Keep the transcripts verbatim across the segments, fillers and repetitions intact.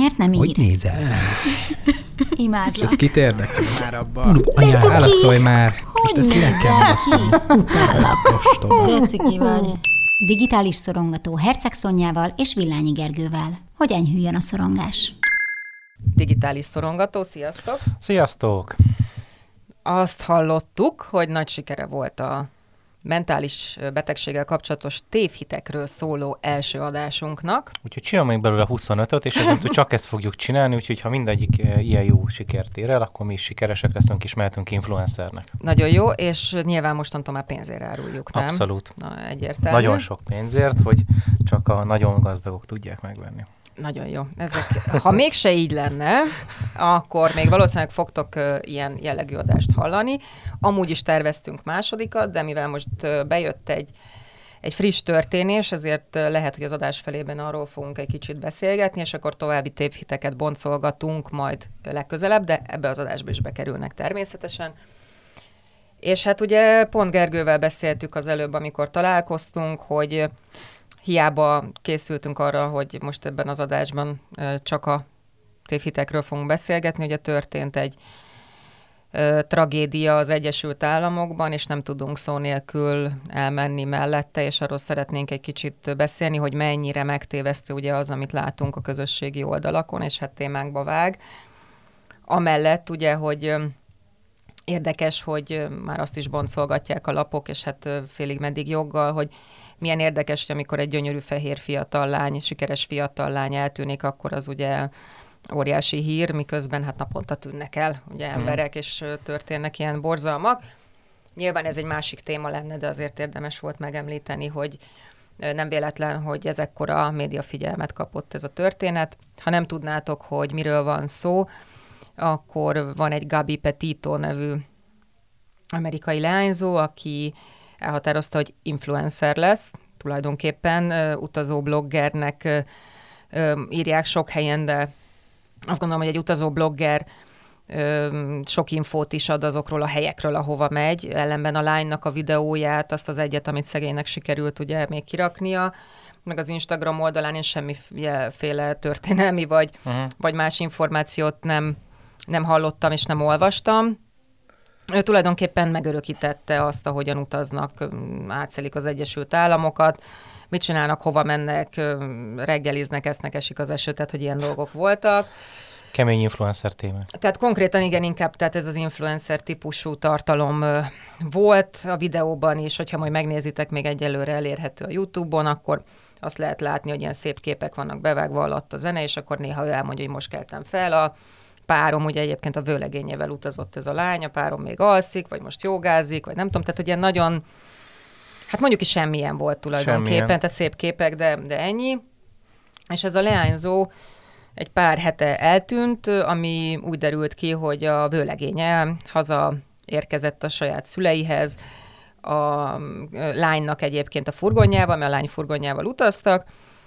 miért nem ír? Hogy nézel? Imádlak. És ez kit érdekel már abban? De Anyám, cuki! válaszolj már! Hogy Most ezt kinek kell válaszolni? Utállak, ostoba. De ciki vagy. Digitális szorongató Herceg Szonyával és Villányi Gergővel. Hogy enyhüljön a szorongás? Digitális szorongató, sziasztok! Sziasztok! Azt hallottuk, hogy nagy sikere volt a mentális betegséggel kapcsolatos tévhitekről szóló első adásunknak. Úgyhogy csinálom még belőle huszonötöt, és ezért csak ezt fogjuk csinálni, úgyhogy ha mindegyik ilyen jó sikert ér el, akkor mi is sikeresek leszünk, és mehetünk influencernek. Nagyon jó, és nyilván mostantól már pénzért áruljuk, nem? Abszolút. Na, egyértelmű. Nagyon sok pénzért, hogy csak a nagyon gazdagok tudják megvenni. Nagyon jó. Ezek, ha mégse így lenne, akkor még valószínűleg fogtok uh, ilyen jellegű adást hallani. Amúgy is terveztünk másodikat, de mivel most uh, bejött egy, egy friss történés, ezért uh, lehet, hogy az adás felében arról fogunk egy kicsit beszélgetni, és akkor további tévhiteket boncolgatunk majd legközelebb, de ebbe az adásba is bekerülnek természetesen. És hát ugye pont Gergővel beszéltük az előbb, amikor találkoztunk, hogy hiába készültünk arra, hogy most ebben az adásban csak a tévhitekről fogunk beszélgetni. Ugye történt egy ö, tragédia az Egyesült Államokban, és nem tudunk szó nélkül elmenni mellette, és arról szeretnénk egy kicsit beszélni, hogy mennyire megtévesztő ugye az, amit látunk a közösségi oldalakon, és hát témánkba vág. Amellett ugye, hogy érdekes, hogy már azt is boncolgatják a lapok, és hát félig meddig joggal, hogy milyen érdekes, hogy amikor egy gyönyörű fehér fiatal lány, sikeres fiatal lány eltűnik, akkor az ugye óriási hír, miközben hát naponta tűnnek el ugye emberek, mm. és történnek ilyen borzalmak. Nyilván ez egy másik téma lenne, de azért érdemes volt megemlíteni, hogy nem véletlen, hogy ez ekkora médiafigyelmet kapott ez a történet. Ha nem tudnátok, hogy miről van szó, akkor van egy Gabby Petito nevű amerikai leányzó, aki elhatározta, hogy influencer lesz, tulajdonképpen uh, utazó bloggernek uh, uh, írják sok helyen, de azt gondolom, hogy egy utazó blogger uh, sok infót is ad azokról a helyekről, ahova megy, ellenben a lánynak a videóját, azt az egyet, amit szegénynek sikerült ugye még kiraknia, meg az Instagram oldalán én semmiféle történelmi vagy, uh-huh. vagy más információt nem, nem hallottam és nem olvastam. Ő tulajdonképpen megörökítette azt, ahogyan utaznak, átszelik az Egyesült Államokat, mit csinálnak, hova mennek, reggeliznek, esznek, esik az eső, tehát hogy ilyen dolgok voltak. Kemény influencer téma. Tehát konkrétan igen, inkább tehát ez az influencer típusú tartalom volt a videóban is, hogyha majd megnézitek, még egyelőre elérhető a YouTube-on, akkor azt lehet látni, hogy ilyen szép képek vannak bevágva alatt a zene, és akkor néha ő elmondja, hogy most keltem fel a párom, ugye egyébként a vőlegényével utazott ez a lány, a párom még alszik, vagy most jogázik, vagy nem tudom, tehát hogy ilyen nagyon, hát mondjuk is semmilyen volt tulajdonképpen, semmilyen. Tehát szép képek, de, de ennyi. És ez a leányzó egy pár hete eltűnt, ami úgy derült ki, hogy a vőlegénye haza érkezett a saját szüleihez, a lánynak egyébként a furgonjával, mert a lány furgonjával utaztak,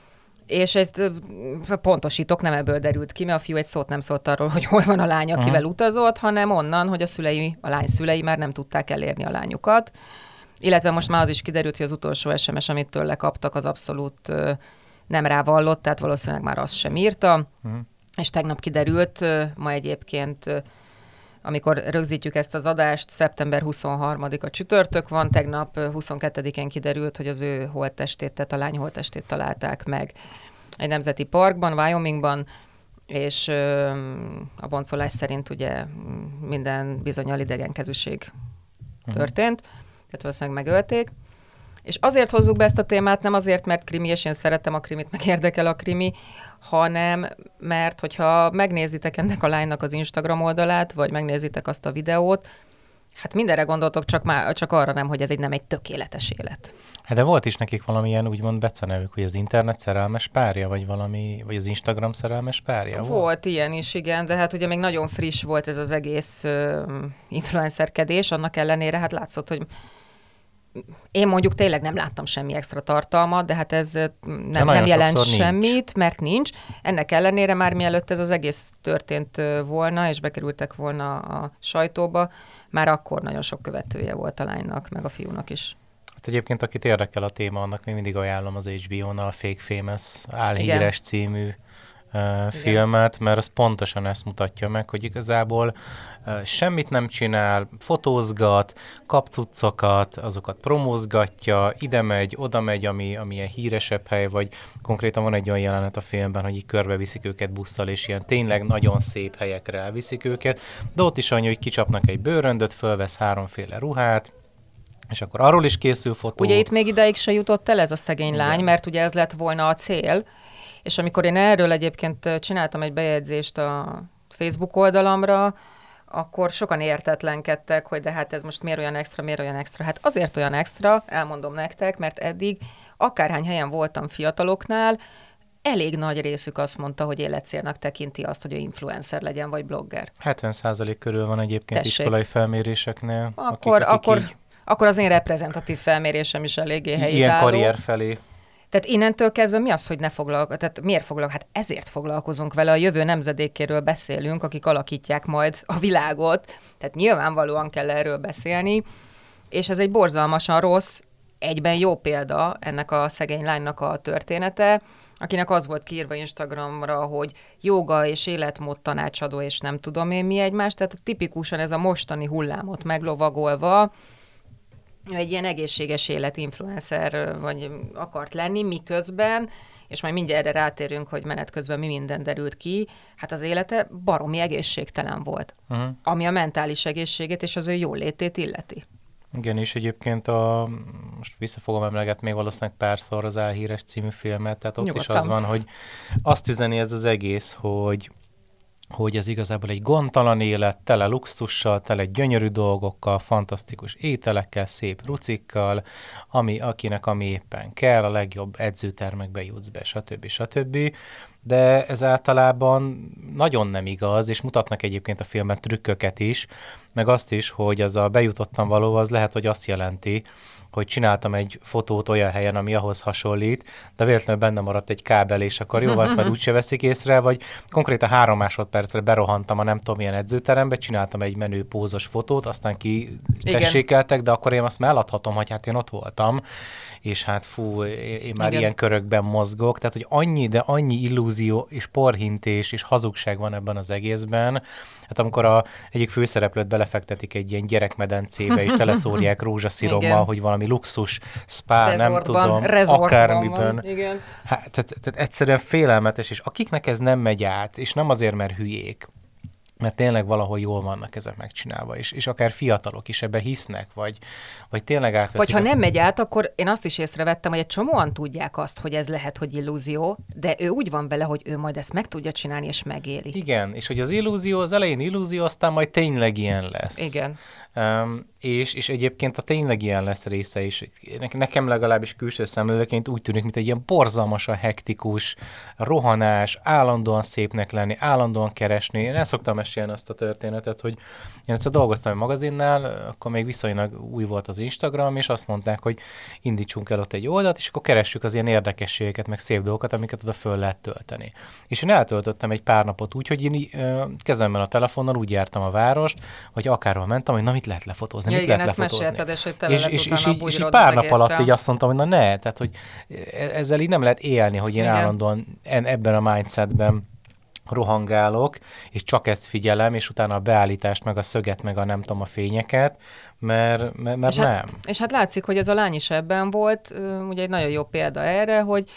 és ezt pontosítok, nem ebből derült ki, mert a fiú egy szót nem szólt arról, hogy hol van a lány, akivel uh-huh. utazott, hanem onnan, hogy a szülei, a lány szülei már nem tudták elérni a lányukat. Illetve most már az is kiderült, hogy az utolsó es em es, amit tőle kaptak, az abszolút uh, nem rávallott, tehát valószínűleg már azt sem írta. Uh-huh. És tegnap kiderült, uh, ma egyébként, uh, amikor rögzítjük ezt az adást, szeptember huszonharmadika csütörtök van, tegnap uh, huszonkettedikén kiderült, hogy az ő holttestét, tehát a lány holttestét találták meg egy nemzeti parkban, Wyomingban, és ö, a boncolás szerint ugye minden bizonnyal idegenkezűség uh-huh. történt, tehát valószínűleg megölték. És azért hozzuk be ezt a témát, nem azért, mert krimi, és én szeretem a krimit, meg érdekel a krimi, hanem mert, hogyha megnézitek ennek a lánynak az Instagram oldalát, vagy megnézitek azt a videót, hát mindenre gondoltok, csak, már, csak arra nem, hogy ez egy nem egy tökéletes élet. Hát de volt is nekik valamilyen úgymond becenevük, hogy az internet szerelmes párja, vagy valami, vagy az Instagram szerelmes párja volt? Volt ilyen is, igen, de hát ugye még nagyon friss volt ez az egész uh, influencerkedés, annak ellenére hát látszott, hogy én mondjuk tényleg nem láttam semmi extra tartalmat, de hát ez nem, nem jelent semmit, nincs. Mert nincs. Ennek ellenére már mielőtt ez az egész történt volna, és bekerültek volna a sajtóba, már akkor nagyon sok követője volt a lánynak, meg a fiúnak is. Hát egyébként, akit érdekel a téma, annak még mindig ajánlom az há bé ó-nal a Fake Famous, álhíres című uh, filmet, mert az pontosan ezt mutatja meg, hogy igazából uh, semmit nem csinál, fotózgat, kap cuccokat, azokat promózgatja, ide megy, oda megy, ami, ami ilyen híresebb hely, vagy konkrétan van egy olyan jelenet a filmben, hogy így körbeviszik őket busszal, és ilyen tényleg nagyon szép helyekre elviszik őket, de ott is annyi, hogy kicsapnak egy bőröndöt, fölvesz háromféle ruhát, és akkor arról is készül fotó. Ugye itt még ideig se jutott el ez a szegény lány, igen. Mert ugye ez lett volna a cél, és amikor én erről egyébként csináltam egy bejegyzést a Facebook oldalamra, akkor sokan értetlenkedtek, hogy de hát ez most miért olyan extra, miért olyan extra. Hát azért olyan extra, elmondom nektek, mert eddig akárhány helyen voltam fiataloknál, elég nagy részük azt mondta, hogy életcélnak tekinti azt, hogy ő influencer legyen, vagy blogger. hetven százalék körül van egyébként Tessék. Iskolai felméréseknél. Akkor, akik, akik akkor, így... akkor az én reprezentatív felmérésem is eléggé helytálló. Ilyen karrier felé. Tehát innentől kezdve mi az, hogy ne foglalkozunk? Tehát miért foglalkozunk? Hát ezért foglalkozunk vele, a jövő nemzedékéről beszélünk, akik alakítják majd a világot. Tehát nyilvánvalóan kell erről beszélni, és ez egy borzalmasan rossz, egyben jó példa ennek a szegény lánynak a története, akinek az volt kiírva Instagramra, hogy jóga és életmód tanácsadó, és nem tudom én mi egymás, tehát tipikusan ez a mostani hullámot meglovagolva, egy ilyen egészséges életinfluencer vagy akart lenni, miközben, és majd mindjárt erre rátérünk, hogy menet közben mi minden derült ki, hát az élete baromi egészségtelen volt, uh-huh. ami a mentális egészségét és az ő jólétét illeti. Igen, és egyébként a, most vissza fogom emlegetni még valószínűleg párszor az Álhíres című filmet, tehát ott Nyugodtan. Is az van, hogy azt üzeni ez az egész, hogy hogy ez igazából egy gondtalan élet, tele luxussal, tele gyönyörű dolgokkal, fantasztikus ételekkel, szép rucikkal, ami, akinek ami éppen kell, a legjobb edzőtermekbe jutsz be, stb. stb. De ez általában nagyon nem igaz, és mutatnak egyébként a filmen trükköket is, meg azt is, hogy az a bejutottam való, az lehet, hogy azt jelenti, hogy csináltam egy fotót olyan helyen, ami ahhoz hasonlít, de véletlenül benne maradt egy kábel, és akkor jó, azt már úgyse veszik észre, vagy konkrétan három másodpercre berohantam a nem tudom milyen edzőterembe, csináltam egy menő pózos fotót, aztán ki tessékeltek, de akkor én azt már eladhatom, hogy hát én ott voltam, és hát fú, én már Igen. ilyen körökben mozgok, tehát hogy annyi, de annyi illúzió és porhintés és hazugság van ebben az egészben, hát amikor a egyik főszereplőt belefektetik egy ilyen gyerekmedencébe, és teleszórják rózsaszirommal, hogy valami luxus spa, Resortban, nem tudom, akármiben. Van. Igen. Hát, tehát, tehát egyszerűen félelmetes, és akiknek ez nem megy át, és nem azért, mert hülyék, mert tényleg valahol jól vannak ezek megcsinálva, és, és akár fiatalok is ebbe hisznek, vagy, vagy tényleg átveszik. Vagy ha azt... nem megy át, akkor én azt is észrevettem, hogy egy csomóan tudják azt, hogy ez lehet, hogy illúzió, de ő úgy van vele, hogy ő majd ezt meg tudja csinálni, és megéli. Igen, és hogy az illúzió, az elején illúzió, aztán majd tényleg ilyen lesz. Igen. Um, és, és egyébként a tényleg ilyen lesz része is. Nekem legalábbis külső szemlélőként úgy tűnik, mint egy ilyen borzalmasan hektikus rohanás, állandóan szépnek lenni, állandóan keresni. Én el szoktam mesélni azt a történetet, hogy én egyszer dolgoztam egy magazinnál, akkor még viszonylag új volt az Instagram, és azt mondták, hogy indítsunk el ott egy oldalt, és akkor keressük az ilyen érdekességeket, meg szép dolgokat, amiket oda föl lehet tölteni. És én eltöltöttem egy pár napot úgy, hogy én kezemben a telefonnal úgy jártam a várost, hogy akárhol mentem, hogy na mit lehet lefotózni, ja, mit igen, lehet lefotózni. Mesélted, és, hogy tele és, és, és, így, és így pár nap alatt így azt mondtam, hogy na ne, tehát hogy ezzel így nem lehet élni, hogy én igen. állandóan ebben a mindsetben rohangálok, és csak ezt figyelem, és utána a beállítást, meg a szöget, meg a nem tudom, a fényeket, mert, mert, mert és nem. Hát, és hát látszik, hogy ez a lány is ebben volt, ugye egy nagyon jó példa erre, hogy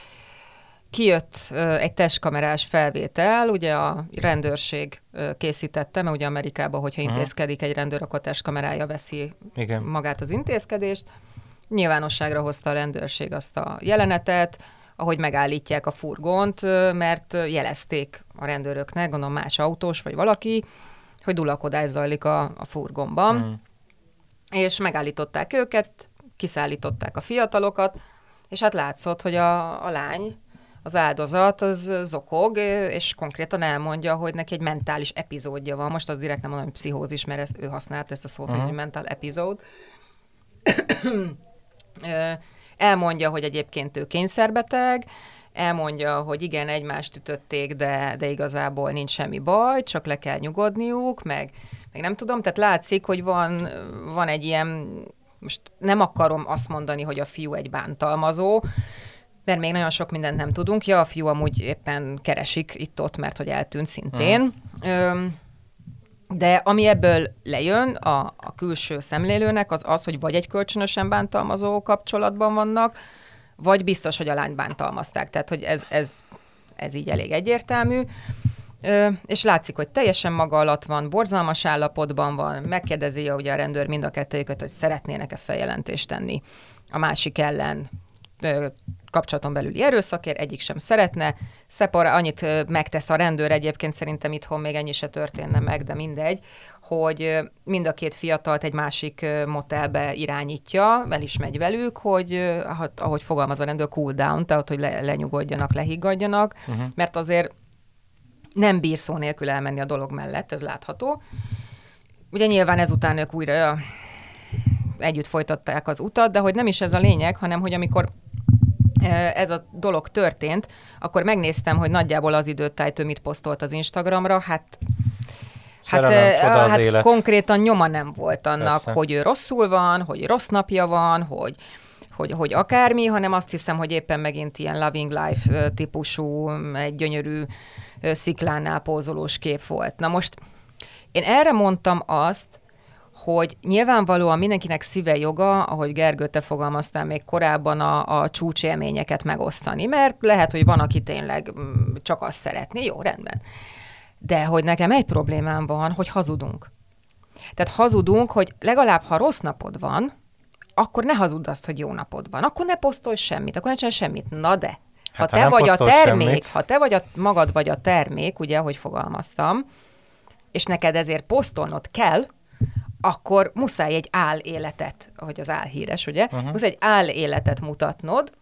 kijött egy testkamerás felvétel, ugye a rendőrség készítette, mert ugye Amerikában, hogyha intézkedik egy rendőr, akkor testkamerája veszi Igen. magát az intézkedést. Nyilvánosságra hozta a rendőrség azt a jelenetet, ahogy megállítják a furgont, mert jelezték a rendőröknek, gondolom más autós vagy valaki, hogy dulakodás zajlik a, a furgonban. Mm. És megállították őket, kiszállították a fiatalokat, és hát látszott, hogy a, a lány, az áldozat, az zokog, és konkrétan elmondja, hogy neki egy mentális epizódja van. Most az direkt nem mondom, hogy pszichózis, mert ezt, ő használt ezt a szót, uh-huh. hogy mental epizód. Elmondja, hogy egyébként ő kényszerbeteg, elmondja, hogy igen, egymást ütötték, de, de igazából nincs semmi baj, csak le kell nyugodniuk, meg, meg nem tudom, tehát látszik, hogy van, van egy ilyen, most nem akarom azt mondani, hogy a fiú egy bántalmazó, mert még nagyon sok mindent nem tudunk. Ja, a fiú amúgy éppen keresik itt-ott, mert hogy eltűnt szintén. Mm. De ami ebből lejön a, a külső szemlélőnek, az az, hogy vagy egy kölcsönösen bántalmazó kapcsolatban vannak, vagy biztos, hogy a lányt bántalmazták. Tehát, hogy ez, ez, ez így elég egyértelmű. Ö, és látszik, hogy teljesen maga alatt van, borzalmas állapotban van, megkérdezi ugye a rendőr mind a kettőjüket, hogy szeretnének-e feljelentést tenni a másik ellen ö, kapcsolaton belüli erőszakért, egyik sem szeretne. Szepara, annyit ö, megtesz a rendőr, egyébként szerintem itthon még ennyi se történne meg, de mindegy, hogy ö, mind a két fiatalt egy másik ö, motelbe irányítja, el is megy velük, hogy ö, ahogy fogalmaz a rendőr, cool down, tehát hogy le, lenyugodjanak, lehiggadjanak, uh-huh. mert azért nem bír szó nélkül elmenni a dolog mellett, ez látható. Ugye nyilván ezután ők újra együtt folytatták az utat, de hogy nem is ez a lényeg, hanem hogy amikor ez a dolog történt, akkor megnéztem, hogy nagyjából az időtájt ő mit posztolt az Instagramra, hát, hát, hát konkrétan nyoma nem volt annak, Persze. hogy ő rosszul van, hogy rossz napja van, hogy Hogy, hogy akármi, hanem azt hiszem, hogy éppen megint ilyen Loving Life típusú, egy gyönyörű sziklánál pózolós kép volt. Na most én erre mondtam azt, hogy nyilvánvalóan mindenkinek szíve joga, ahogy Gergő, te fogalmaztál még korábban, a, a csúcsélményeket megosztani, mert lehet, hogy van, aki tényleg csak azt szeretné, jó, rendben. De hogy nekem egy problémám van, hogy hazudunk. Tehát hazudunk, hogy legalább, ha rossz napod van, akkor ne hazudd azt, hogy jó napod van. Akkor ne posztolj semmit, akkor ne csinálj semmit. Na de, ha hát, te ha vagy a termék, semmit. ha te vagy a, magad vagy a termék, ugye, ahogy fogalmaztam, és neked ezért posztolnod kell, akkor muszáj egy áléletet, ahogy az álhíres, ugye, uh-huh. muszáj egy áléletet mutatnod,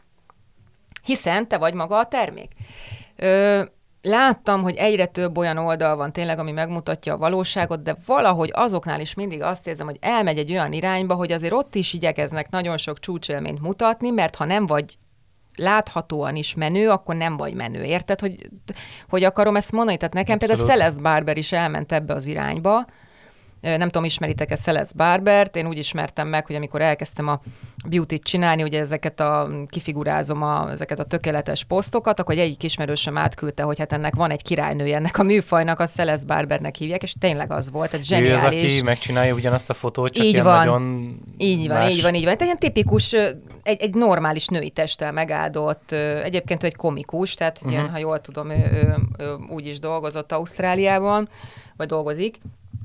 hiszen te vagy maga a termék. Ö, Láttam, hogy egyre több olyan oldal van tényleg, ami megmutatja a valóságot, de valahogy azoknál is mindig azt érzem, hogy elmegy egy olyan irányba, hogy azért ott is igyekeznek nagyon sok csúcsélményt mutatni, mert ha nem vagy láthatóan is menő, akkor nem vagy menő. Érted, hogy, hogy akarom ezt mondani? Tehát nekem Abszolút. Például Celeste Barber is elment ebbe az irányba. Nem tudom, ismeritek-e Celeste Barbert, én úgy ismertem meg, hogy amikor elkezdtem a beauty-t csinálni, ugye ezeket a, kifigurázom a, ezeket a tökéletes posztokat, akkor egyik ismerősöm átküldte, hogy hát ennek van egy királynője, ennek a műfajnak, a Celeste Barbernek hívják, és tényleg az volt, egy zseniális. Ő az, aki megcsinálja ugyanazt a fotót, csak így ilyen van. nagyon Így van, más. így van, így van. Tehát ilyen tipikus, egy, egy normális női testtel megáldott, egyébként ő egy komikus, tehát uh-huh. ilyen, ha jól tudom, ő, ő, ő úgy is dolgozott Ausztráliában, vagy dolgozik.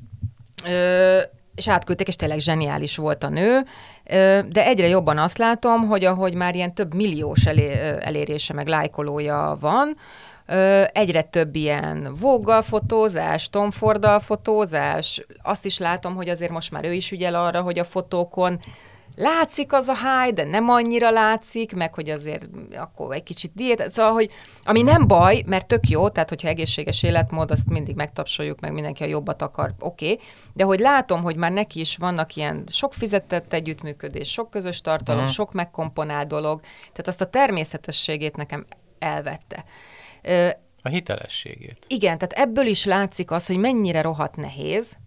Ö, és átküldték, és tényleg zseniális volt a nő, ö, de egyre jobban azt látom, hogy ahogy már ilyen több milliós elé, elérése, meg lájkolója van, ö, egyre több ilyen Vogue-gal fotózás, Tom Forddal fotózás, azt is látom, hogy azért most már ő is ügyel arra, hogy a fotókon látszik az a high, de nem annyira látszik, meg hogy azért akkor egy kicsit diét, szóval, hogy ami nem baj, mert tök jó, tehát hogyha egészséges életmód, azt mindig megtapsoljuk, meg mindenki a jobbat akar, oké, okay. De hogy látom, hogy már neki is vannak ilyen sok fizetett együttműködés, sok közös tartalom, uh-huh. sok megkomponált dolog, tehát azt a természetességét nekem elvette. A hitelességét. Igen, tehát ebből is látszik az, hogy mennyire rohadt nehéz,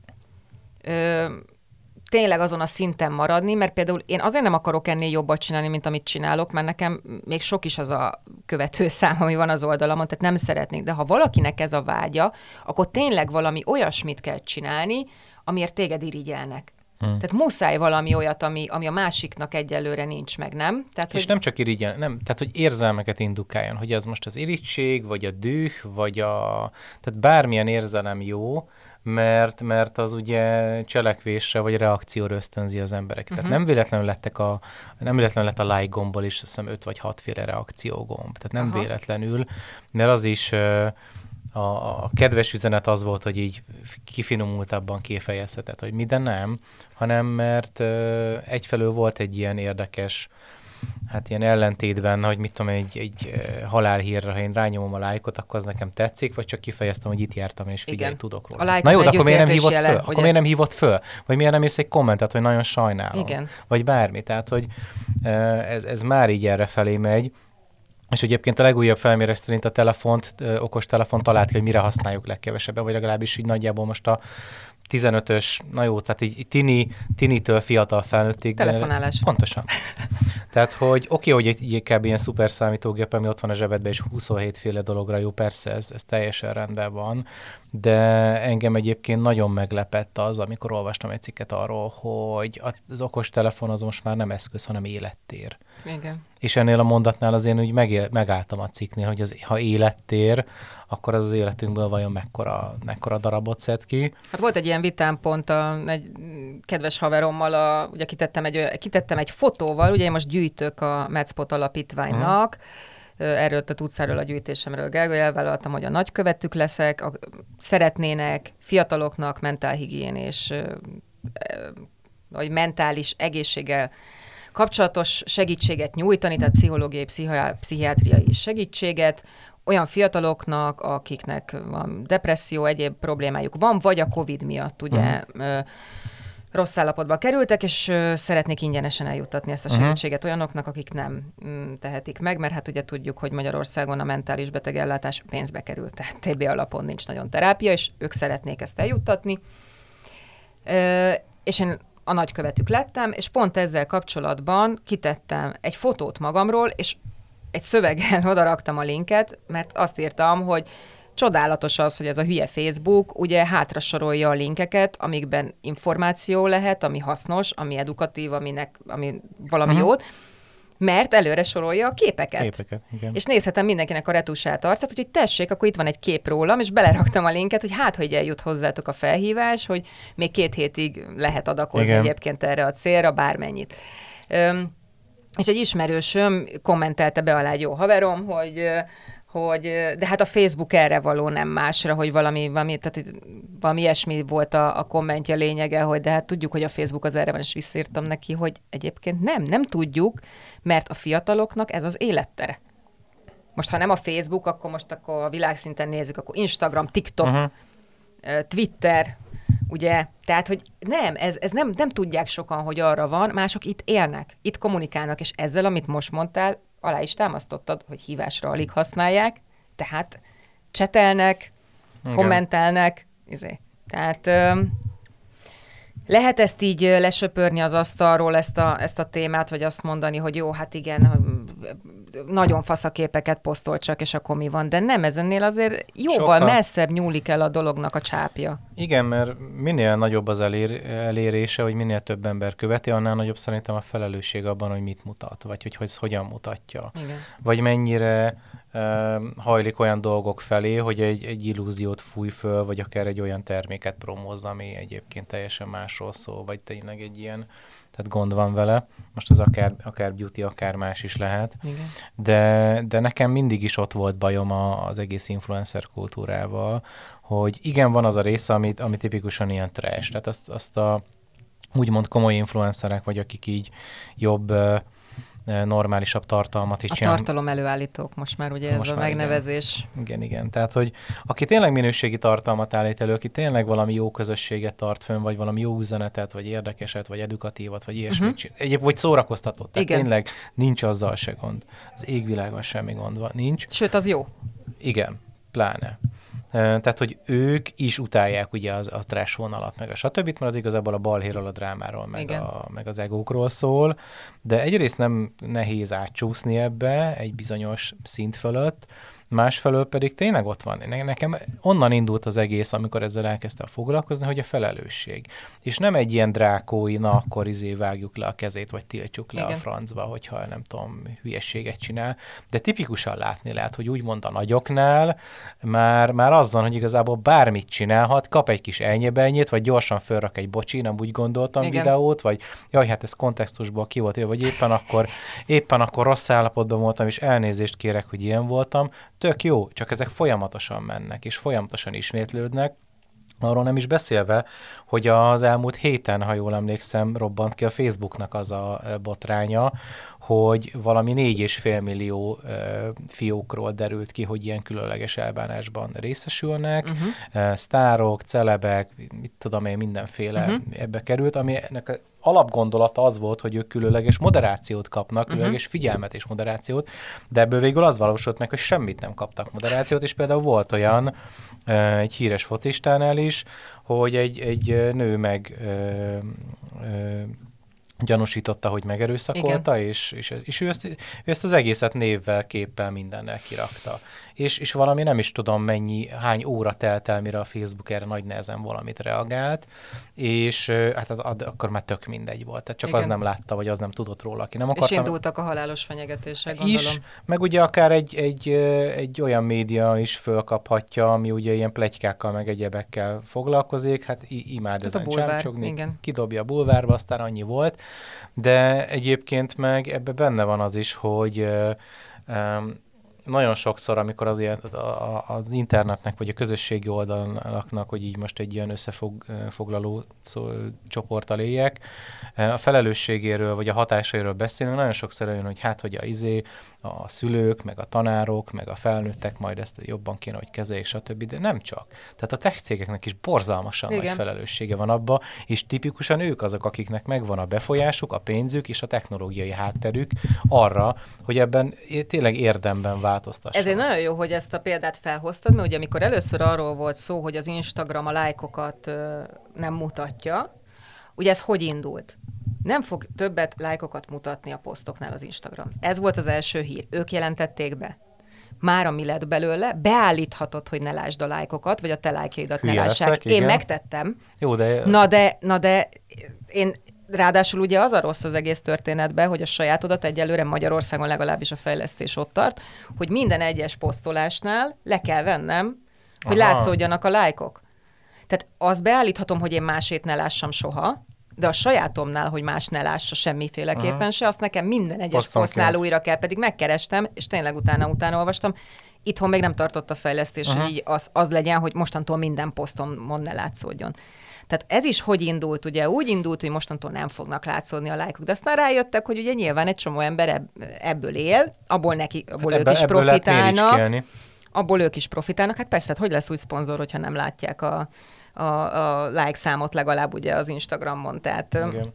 tényleg azon a szinten maradni, mert például én azért nem akarok ennél jobbat csinálni, mint amit csinálok, mert nekem még sok is az a követőszám, ami van az oldalamon, tehát nem szeretnék. De ha valakinek ez a vágya, akkor tényleg valami olyasmit kell csinálni, amiért téged irigyelnek. Hmm. Tehát muszáj valami olyat, ami, ami a másiknak egyelőre nincs meg, nem? Tehát, és hogy... nem csak irigyel, nem, tehát hogy érzelmeket indukáljon, hogy ez most az irigység, vagy a düh, vagy a... Tehát bármilyen érzelem jó, mert, mert az ugye cselekvésre vagy reakcióra ösztönzi az embereket. Uh-huh. Tehát nem véletlenül lettek a, nem véletlenül lett a like gombból is, azt hiszem öt vagy hatféle reakciógomb. Tehát nem Aha. véletlenül, mert az is a, a kedves üzenet az volt, hogy így kifinomultabban kifejezheted, hogy mi, de nem, hanem mert egyfelől volt egy ilyen érdekes, hát ilyen ellentétben, hogy mit tudom, egy, egy halálhírra, ha én rányomom a lájkot, akkor az nekem tetszik, vagy csak kifejeztem, hogy itt jártam, és figyelj, Igen. tudok róla. Na jó, de akkor miért nem hívott jele, föl? Ugye? Akkor miért nem hívott föl? Vagy miért nem írsz egy kommentet, hogy nagyon sajnálom? Igen. Vagy bármi. Tehát, hogy ez, ez már így errefelé megy. És egyébként a legújabb felmérés szerint a telefont, okos telefon talált ki, hogy mire használjuk legkevesebben, vagy legalábbis így nagyjából most a tizenötös, na jó, tehát így tini, tinitől fiatal felnőttig. Telefonálás. Pontosan. Tehát, hogy oké, okay, hogy egy, egy kb. Ilyen szuper számítógép, ami ott van a zsebedben, és huszonhét féle dologra jó, persze, ez, ez teljesen rendben van, de engem egyébként nagyon meglepett az, amikor olvastam egy cikket arról, hogy az okostelefon az most már nem eszköz, hanem élettér. Igen. És ennél a mondatnál azért úgy megél, megálltam a cikknél, hogy az, ha élettér, akkor az az életünkből vajon mekkora, mekkora darabot szed ki. Hát volt egy ilyen vitám pont a, egy kedves haverommal, a, ugye kitettem egy, kitettem egy fotóval, ugye én most gyűjtök a Metspot alapítványnak, hmm. erről te tudsz erről a gyűjtésemről, Gergely, elvállaltam, hogy a nagykövetük leszek, a, szeretnének fiataloknak mentálhigiénés, vagy mentális egészséggel kapcsolatos segítséget nyújtani, tehát pszichológiai, pszichiátriai segítséget olyan fiataloknak, akiknek van depresszió, egyéb problémájuk van, vagy a Covid miatt ugye uh-huh. rossz állapotba kerültek, és szeretnék ingyenesen eljuttatni ezt a segítséget uh-huh. olyanoknak, akik nem mm, tehetik meg, mert hát ugye tudjuk, hogy Magyarországon a mentális betegellátás pénzbe került, tehát té bé alapon nincs nagyon terápia, és ők szeretnék ezt eljuttatni. Ö, és én a nagykövetük lettem, és pont ezzel kapcsolatban kitettem egy fotót magamról, és egy szöveggel odaraktam a linket, mert azt írtam, hogy csodálatos az, hogy ez a hülye Facebook ugye hátra sorolja a linkeket, amikben információ lehet, ami hasznos, ami edukatív, aminek, ami valami uh-huh. jót, mert előre sorolja a képeket. Képeket, igen. És nézhetem mindenkinek a retusált arcát, úgyhogy tessék, akkor itt van egy kép rólam, és beleraktam a linket, hogy hát, hogy eljut hozzátok a felhívás, hogy még két hétig lehet adakozni igen. egyébként erre a célra, bármennyit. Üm, és egy ismerősöm kommentelte be alá egy jó haverom, hogy, hogy de hát a Facebook erre való, nem másra, hogy valami, valami, tehát valami ilyesmi volt a, a kommentje lényege, hogy de hát tudjuk, hogy a Facebook az erre van, és visszírtam neki, hogy egyébként nem, nem tudjuk, mert a fiataloknak ez az élettere. Most, ha nem a Facebook, akkor most akkor a világszinten nézzük, akkor Instagram, TikTok, uh-huh. Twitter, ugye, tehát, hogy nem, ez, ez nem, nem tudják sokan, hogy arra van, mások itt élnek, itt kommunikálnak, és ezzel, amit most mondtál, alá is támasztottad, hogy hívásra alig használják, tehát csetelnek, igen. kommentelnek, izé. Tehát öm, lehet ezt így lesöpörni az asztalról, ezt a, ezt a témát, vagy azt mondani, hogy jó, hát igen, nagyon fasz a képeket posztol csak, és akkor mi van, de nem, ezennél azért jóval Sokkal. messzebb nyúlik el a dolognak a csápja. Igen, mert minél nagyobb az elér, elérése, hogy minél több ember követi, annál nagyobb szerintem a felelősség abban, hogy mit mutat, vagy hogy, hogy hogyan mutatja. Igen. Vagy mennyire uh, hajlik olyan dolgok felé, hogy egy, egy illúziót fúj föl, vagy akár egy olyan terméket promóz, ami egyébként teljesen másról szól, vagy tényleg egy ilyen, tehát gond van vele. Most az akár, akár beauty, akár más is lehet. Igen. De, de nekem mindig is ott volt bajom a, az egész influencer kultúrával, hogy igen, van az a része, amit, ami tipikusan ilyen trash. Tehát azt, azt a úgymond komoly influencerek, vagy akik így jobb, normálisabb tartalmat is a csinál. A tartalom előállítók most már ugye most ez a megnevezés. Igen. igen, igen. Tehát, hogy aki tényleg minőségi tartalmat állít elő, aki tényleg valami jó közösséget tart fönn, vagy valami jó üzenetet, vagy érdekeset, vagy edukatívat, vagy ilyesmit uh-huh. Egyéb, vagy szórakoztatott. Tehát igen. tényleg nincs azzal se gond. Az égvilágon semmi gond van, nincs. Sőt, az jó. Igen, pláne. Tehát, hogy ők is utálják ugye az, a trash vonalat, meg a stb., mert az igazából a balhéról, a drámáról, meg, a, meg az egókról szól, de egyrészt nem nehéz átcsúszni ebbe egy bizonyos szint fölött, másfelől pedig tényleg ott van. Nekem onnan indult az egész, amikor ezzel elkezdtem foglalkozni, hogy a felelősség. És nem egy ilyen drákói, na akkor izé vágjuk le a kezét, vagy tiltsuk le Igen. a francba, hogyha nem tudom, hülyességet csinál. De tipikusan látni lehet, hogy úgymond a nagyoknál már, már azzal, hogy igazából bármit csinálhat, kap egy kis elnyebelnyét, vagy gyorsan fölrak egy bocsi, nem úgy gondoltam Igen. videót, vagy jaj, hát ez kontextusból ki volt, vagy éppen akkor, éppen akkor rossz állapotban voltam, és elnézést kérek, hogy ilyen voltam. Tök jó, csak ezek folyamatosan mennek, és folyamatosan ismétlődnek. Arról nem is beszélve, hogy az elmúlt héten, ha jól emlékszem, robbant ki a Facebooknak az a botránya, hogy valami négy és fél millió uh, fiókról derült ki, hogy ilyen különleges elbánásban részesülnek. Uh-huh. Uh, sztárok, celebek, mit tudom én, mindenféle uh-huh. ebbe került, aminek a alapgondolata az volt, hogy ők különleges moderációt kapnak, különleges uh-huh. figyelmet és moderációt, de ebből végül az valósult meg, hogy semmit nem kaptak moderációt, és például volt olyan uh, egy híres focistánál is, hogy egy, egy nő meg uh, uh, gyanúsította, hogy megerőszakolta, és, és, és ő, ezt, ő ezt az egészet névvel, képpel, mindennel kirakta. És, és valami nem is tudom mennyi, hány óra telt el, mire a Facebook erre nagy nehezen valamit reagált, és hát az, az, akkor már tök mindegy volt. Tehát csak igen. az nem látta, vagy az nem tudott róla, aki nem akarta. És indultak a halálos fenyegetések, gondolom. Is, meg ugye akár egy, egy, egy olyan média is fölkaphatja, ami ugye ilyen pletykákkal, meg egyebekkel foglalkozik, hát imád ezen csámcsogni, kidobja a bulvárba, aztán annyi volt. De egyébként meg ebbe benne van az is, hogy um, nagyon sokszor, amikor az, ilyen, az internetnek, vagy a közösségi oldalaknak, hogy így most egy ilyen összefoglaló csoporttal éljek, a felelősségéről, vagy a hatásairól beszélünk, nagyon sokszor olyan, hogy hát, hogy a izé, a szülők, meg a tanárok, meg a felnőttek majd ezt jobban kéne, hogy kezeljék, stb. De nem csak. Tehát a tech cégeknek is borzalmasan igen. nagy felelőssége van abba, és tipikusan ők azok, akiknek megvan a befolyásuk, a pénzük és a technológiai hátterük arra, hogy ebben tényleg érdemben változtassanak. Ezért nagyon jó, hogy ezt a példát felhoztad, mert ugye amikor először arról volt szó, hogy az Instagram a lájkokat ö, nem mutatja, ugye ez hogy indult? Nem fog többet lájkokat mutatni a posztoknál az Instagram. Ez volt az első hír. Ők jelentették be. Mára mi lett belőle? Beállíthatod, hogy ne lásd a lájkokat, vagy a te lájkjaidat ne lássák. Leszek, én igen. megtettem. Jó, de... Na de, na de én ráadásul ugye az a rossz az egész történetben, hogy a sajátodat egyelőre Magyarországon legalábbis a fejlesztés ott tart, hogy minden egyes posztolásnál le kell vennem, hogy aha. látszódjanak a lájkok. Tehát azt beállíthatom, hogy én másét ne lássam soha, de a sajátomnál, hogy más ne lássa semmiféleképpen uh-huh. se, azt nekem minden egyes posztnál újra kell, pedig megkerestem, és tényleg utána-utána olvastam. Itthon még nem tartott a fejlesztés, uh-huh. hogy így az, az legyen, hogy mostantól minden poszton ne látszódjon. Tehát ez is hogy indult, ugye úgy indult, hogy mostantól nem fognak látszódni a lájkok, de aztán rájöttek, hogy ugye nyilván egy csomó ember ebből él, abból, neki, abból hát ők ebbe, is profitálnak, abból ők is profitálnak, hát persze, hát hogy lesz új szponzor, hogyha nem látják a a, a like számot legalább ugye az Instagramon. Tehát igen.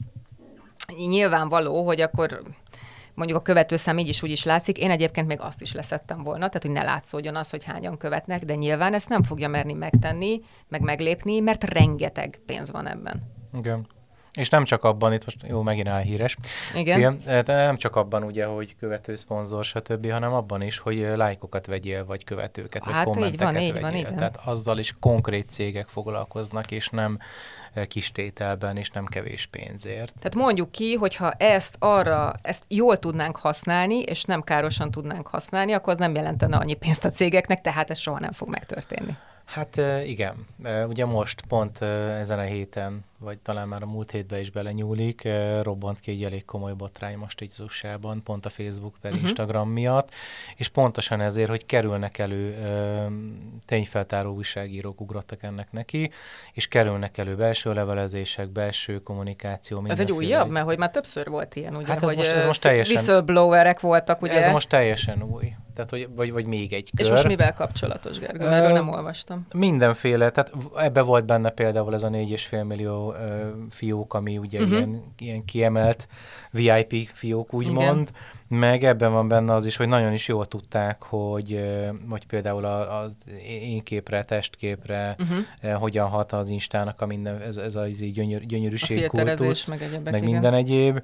nyilvánvaló, hogy akkor mondjuk a követőszám így is úgy is látszik. Én egyébként még azt is leszettem volna, tehát hogy ne látszódjon az, hogy hányan követnek, de nyilván ezt nem fogja merni megtenni, meg meglépni, mert rengeteg pénz van ebben. Igen. És nem csak abban, itt most jó, megint álhíres igen. film, de nem csak abban ugye, hogy követő, szponzor, stb., hanem abban is, hogy lájkokat vegyél, vagy követőket, vagy hát kommenteket így van, így vegyél. Van, igen. Tehát azzal is konkrét cégek foglalkoznak, és nem kis tételben, és nem kevés pénzért. Tehát mondjuk ki, hogyha ezt arra, ezt jól tudnánk használni, és nem károsan tudnánk használni, akkor az nem jelentene annyi pénzt a cégeknek, tehát ez soha nem fog megtörténni. Hát igen, ugye most pont ezen a héten, vagy talán már a múlt hétben is belenyúlik, robbant ki egy elég komoly botrány most így az u es á-ban, pont a Facebook per uh-huh. Instagram miatt, és pontosan ezért, hogy kerülnek elő tényfeltáró újságírók ugrottak ennek neki, és kerülnek elő belső levelezések, belső kommunikáció. Ez egy újabb, mert hogy már többször volt ilyen, ugye, hát ez hogy most, ez most teljesen, whistleblowerek voltak, ugye? Ez most teljesen új. Tehát, hogy, vagy, vagy még egy kör. És most mivel kapcsolatos, Gergő? Erről nem olvastam. Mindenféle, tehát ebbe volt benne például ez a négy és fél millió uh, fiók, ami ugye uh-huh. ilyen, ilyen kiemelt vé i pé fiók, úgymond, meg ebben van benne az is, hogy nagyon is jól tudták, hogy, uh, hogy például az én képre, testképre uh-huh. uh, hogyan hat az Instának a minden, ez, ez az gyönyör, gyönyörűség kultusz, meg, egyebek, meg minden egyéb.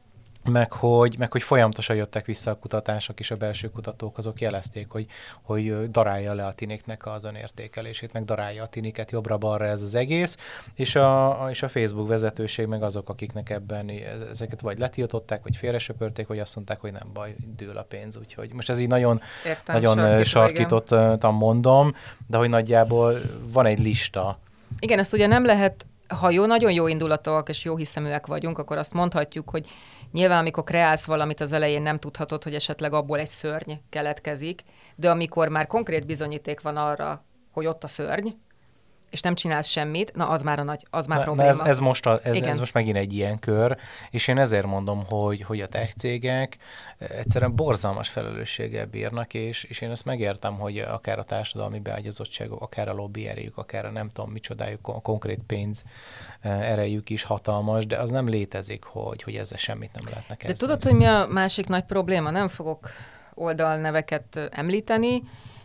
Meg hogy, meg hogy folyamatosan jöttek vissza a kutatások, és a belső kutatók azok jelezték, hogy, hogy darálja le a tiniknek az önértékelését, meg darálja a tiniket jobbra-balra ez az egész, és a, és a Facebook vezetőség meg azok, akiknek ebben ezeket vagy letiltották, vagy félresöpörték, vagy azt mondták, hogy nem baj, dől a pénz. Úgyhogy most ez így nagyon, Értem, nagyon sarkítottan mondom, de hogy nagyjából van egy lista. Igen, ezt ugye nem lehet, ha jó, nagyon jó indulatúak és jó hiszeműek vagyunk, akkor azt mondhatjuk, hogy nyilván, amikor kreálsz valamit, az elején nem tudhatod, hogy esetleg abból egy szörny keletkezik, de amikor már konkrét bizonyíték van arra, hogy ott a szörny, és nem csinálsz semmit, na az már a nagy, az már na, probléma. Na ez, ez, most a, ez, ez most megint egy ilyen kör, és én ezért mondom, hogy, hogy a tech cégek egyszerűen borzalmas felelősséggel bírnak, és, és én ezt megértem, hogy akár a társadalmi beágyazottságok, akár a lobby erejük, akár a nem tudom micsodájuk, a konkrét pénz erejük is hatalmas, de az nem létezik, hogy, hogy ezzel semmit nem lehetne kezdeni. De tudod, hogy mi a másik nagy probléma? Nem fogok oldalneveket említeni,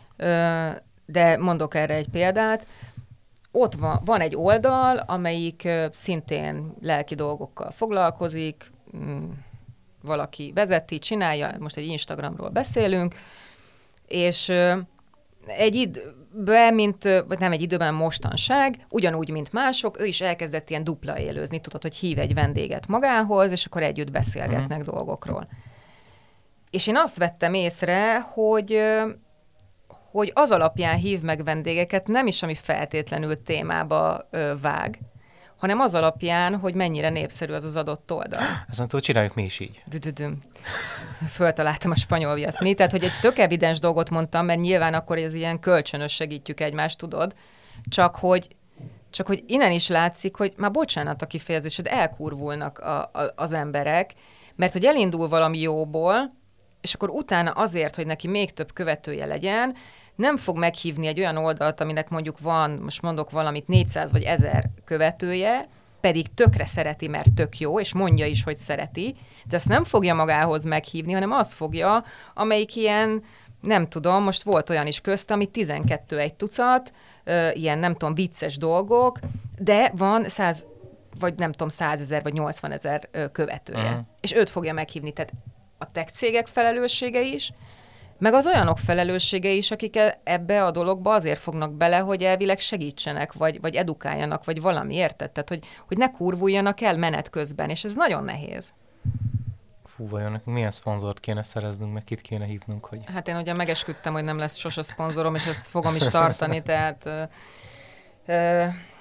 de mondok erre egy példát. Ott van, van egy oldal, amelyik szintén lelki dolgokkal foglalkozik, valaki vezeti, csinálja, most egy Instagramról beszélünk, és egy időben, mint, vagy nem egy időben, mostanság, ugyanúgy, mint mások, ő is elkezdett ilyen dupla élőzni, tudod, hogy hív egy vendéget magához, és akkor együtt beszélgetnek mm. dolgokról. És én azt vettem észre, hogy hogy az alapján hív meg vendégeket, nem is, ami feltétlenül témába ö, vág, hanem az alapján, hogy mennyire népszerű az az adott oldal. Ezen túl csináljuk mi is így. Dü-dü-düm. Föltaláltam a spanyol viaszt. Mi? Tehát, hogy egy tök evidens dolgot mondtam, mert nyilván akkor ez ilyen kölcsönös segítjük egymást, tudod, csak hogy, csak hogy innen is látszik, hogy már bocsánat a kifejezésed, elkurvulnak a, a, az emberek, mert hogy elindul valami jóból, és akkor utána azért, hogy neki még több követője legyen, nem fog meghívni egy olyan oldalt, aminek mondjuk van, most mondok valamit, négyszáz vagy ezer követője, pedig tökre szereti, mert tök jó, és mondja is, hogy szereti, de ezt nem fogja magához meghívni, hanem azt fogja, amelyik ilyen, nem tudom, most volt olyan is közt, ami tizenkettő egy tucat, ö, ilyen nem tudom, vicces dolgok, de van száz, vagy nem tudom, százezer vagy nyolcvanezer követője. Uh-huh. És őt fogja meghívni, tehát a tech cégek felelőssége is, meg az olyanok felelőssége is, akik ebbe a dologba azért fognak bele, hogy elvileg segítsenek, vagy, vagy edukáljanak, vagy valami, érted? Tehát, hogy, hogy ne kurvuljanak el menet közben, és ez nagyon nehéz. Fú, vajon nekünk milyen szponzort kéne szereznünk, meg kit kéne hívnunk, hogy... Hát én ugye megesküdtem, hogy nem lesz sose szponzorom, és ezt fogom is tartani, tehát... Ö, ö,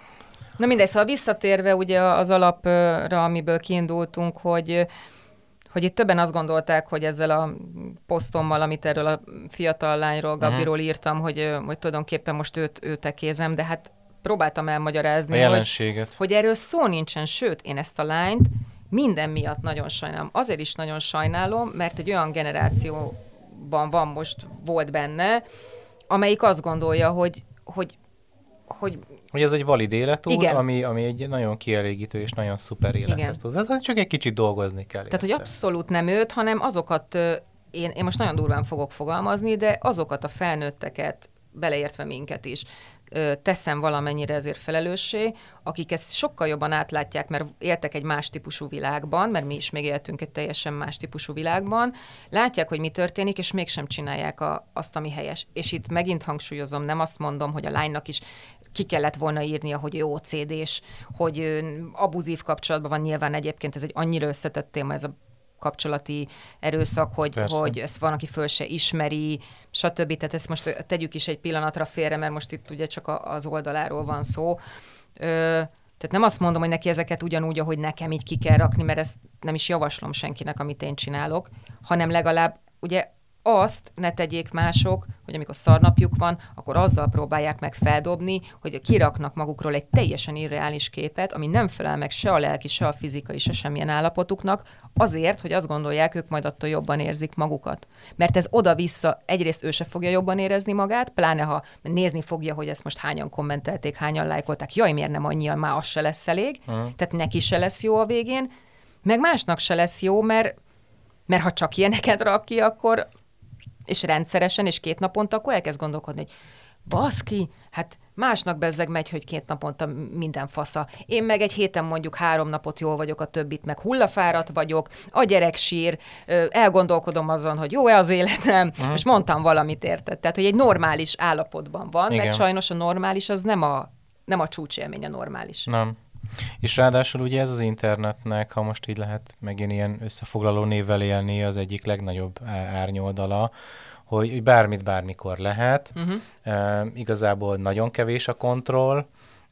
na mindegy, szóval visszatérve ugye az alapra, amiből kiindultunk, hogy... hogy itt többen azt gondolták, hogy ezzel a posztommal, amit erről a fiatal lányról, Gabiról írtam, hogy, hogy tulajdonképpen most őt, őt ekézem, de hát próbáltam elmagyarázni, hogy, hogy erről szó nincsen, sőt, én ezt a lányt minden miatt nagyon sajnálom. Azért is nagyon sajnálom, mert egy olyan generációban van most, volt benne, amelyik azt gondolja, hogy, hogy hogy... hogy ez egy valid életút, ami, ami egy nagyon kielégítő és nagyon szuper élethez tud vezetni, csak egy kicsit dolgozni kell. Tehát, érte. Hogy abszolút nem őt, hanem azokat, én, én most nagyon durván fogok fogalmazni, de azokat a felnőtteket, beleértve minket is, teszem valamennyire ezért felelőssé, akik ezt sokkal jobban átlátják, mert éltek egy más típusú világban, mert mi is még éltünk egy teljesen más típusú világban, látják, hogy mi történik, és mégsem csinálják a, azt, ami helyes. És itt megint hangsúlyozom, nem azt mondom, hogy a lánynak is ki kellett volna írnia, hogy ő o cé dés, hogy abuzív kapcsolatban van, nyilván egyébként ez egy annyira összetett téma, ez a kapcsolati erőszak, hogy, hogy ezt van, aki föl se ismeri, stb. Tehát ezt most tegyük is egy pillanatra félre, mert most itt ugye csak az oldaláról van szó. Ö, tehát nem azt mondom, hogy neki ezeket ugyanúgy, ahogy nekem így ki kell rakni, mert ezt nem is javaslom senkinek, amit én csinálok, hanem legalább ugye azt ne tegyék mások, hogy amikor szarnapjuk van, akkor azzal próbálják meg feldobni, hogy kiraknak magukról egy teljesen irreális képet, ami nem felel meg se a lelki, se a fizikai, se semmilyen állapotuknak, azért, hogy azt gondolják, ők majd attól jobban érzik magukat. Mert ez oda-vissza, egyrészt ő se fogja jobban érezni magát, pláne ha nézni fogja, hogy ezt most hányan kommentelték, hányan lájkolták, jaj, miért nem annyian, már az se lesz elég, uh-huh. Tehát neki se lesz jó a végén, meg másnak se lesz jó, mert, mert ha csak ilyeneket rak ki, akkor és rendszeresen, és két naponta, akkor elkezd gondolkodni, hogy baszki, hát másnak bezzeg megy, hogy két naponta minden fasza. Én meg egy héten mondjuk három napot jól vagyok, a többit meg hullafáradt vagyok, a gyerek sír, elgondolkodom azon, hogy jó-e az életem, uh-huh. és mondtam valamit, érted. Tehát, hogy egy normális állapotban van, igen. Mert sajnos a normális az nem a, nem a csúcsélmény, a normális. Nem. És ráadásul ugye ez az internetnek, ha most így lehet megint ilyen összefoglaló névvel élni, az egyik legnagyobb árnyoldala, hogy, hogy bármit bármikor lehet. Uh-huh. E, igazából nagyon kevés a kontroll,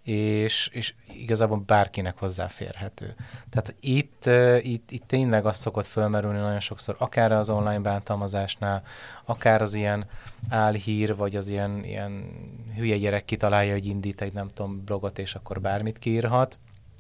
és, és igazából bárkinek hozzáférhető. Tehát itt, itt, itt tényleg az szokott fölmerülni nagyon sokszor, akár az online bántalmazásnál, akár az ilyen álhír, vagy az ilyen, ilyen hülye gyerek kitalálja, hogy indít egy nem tudom blogot, és akkor bármit kiírhat,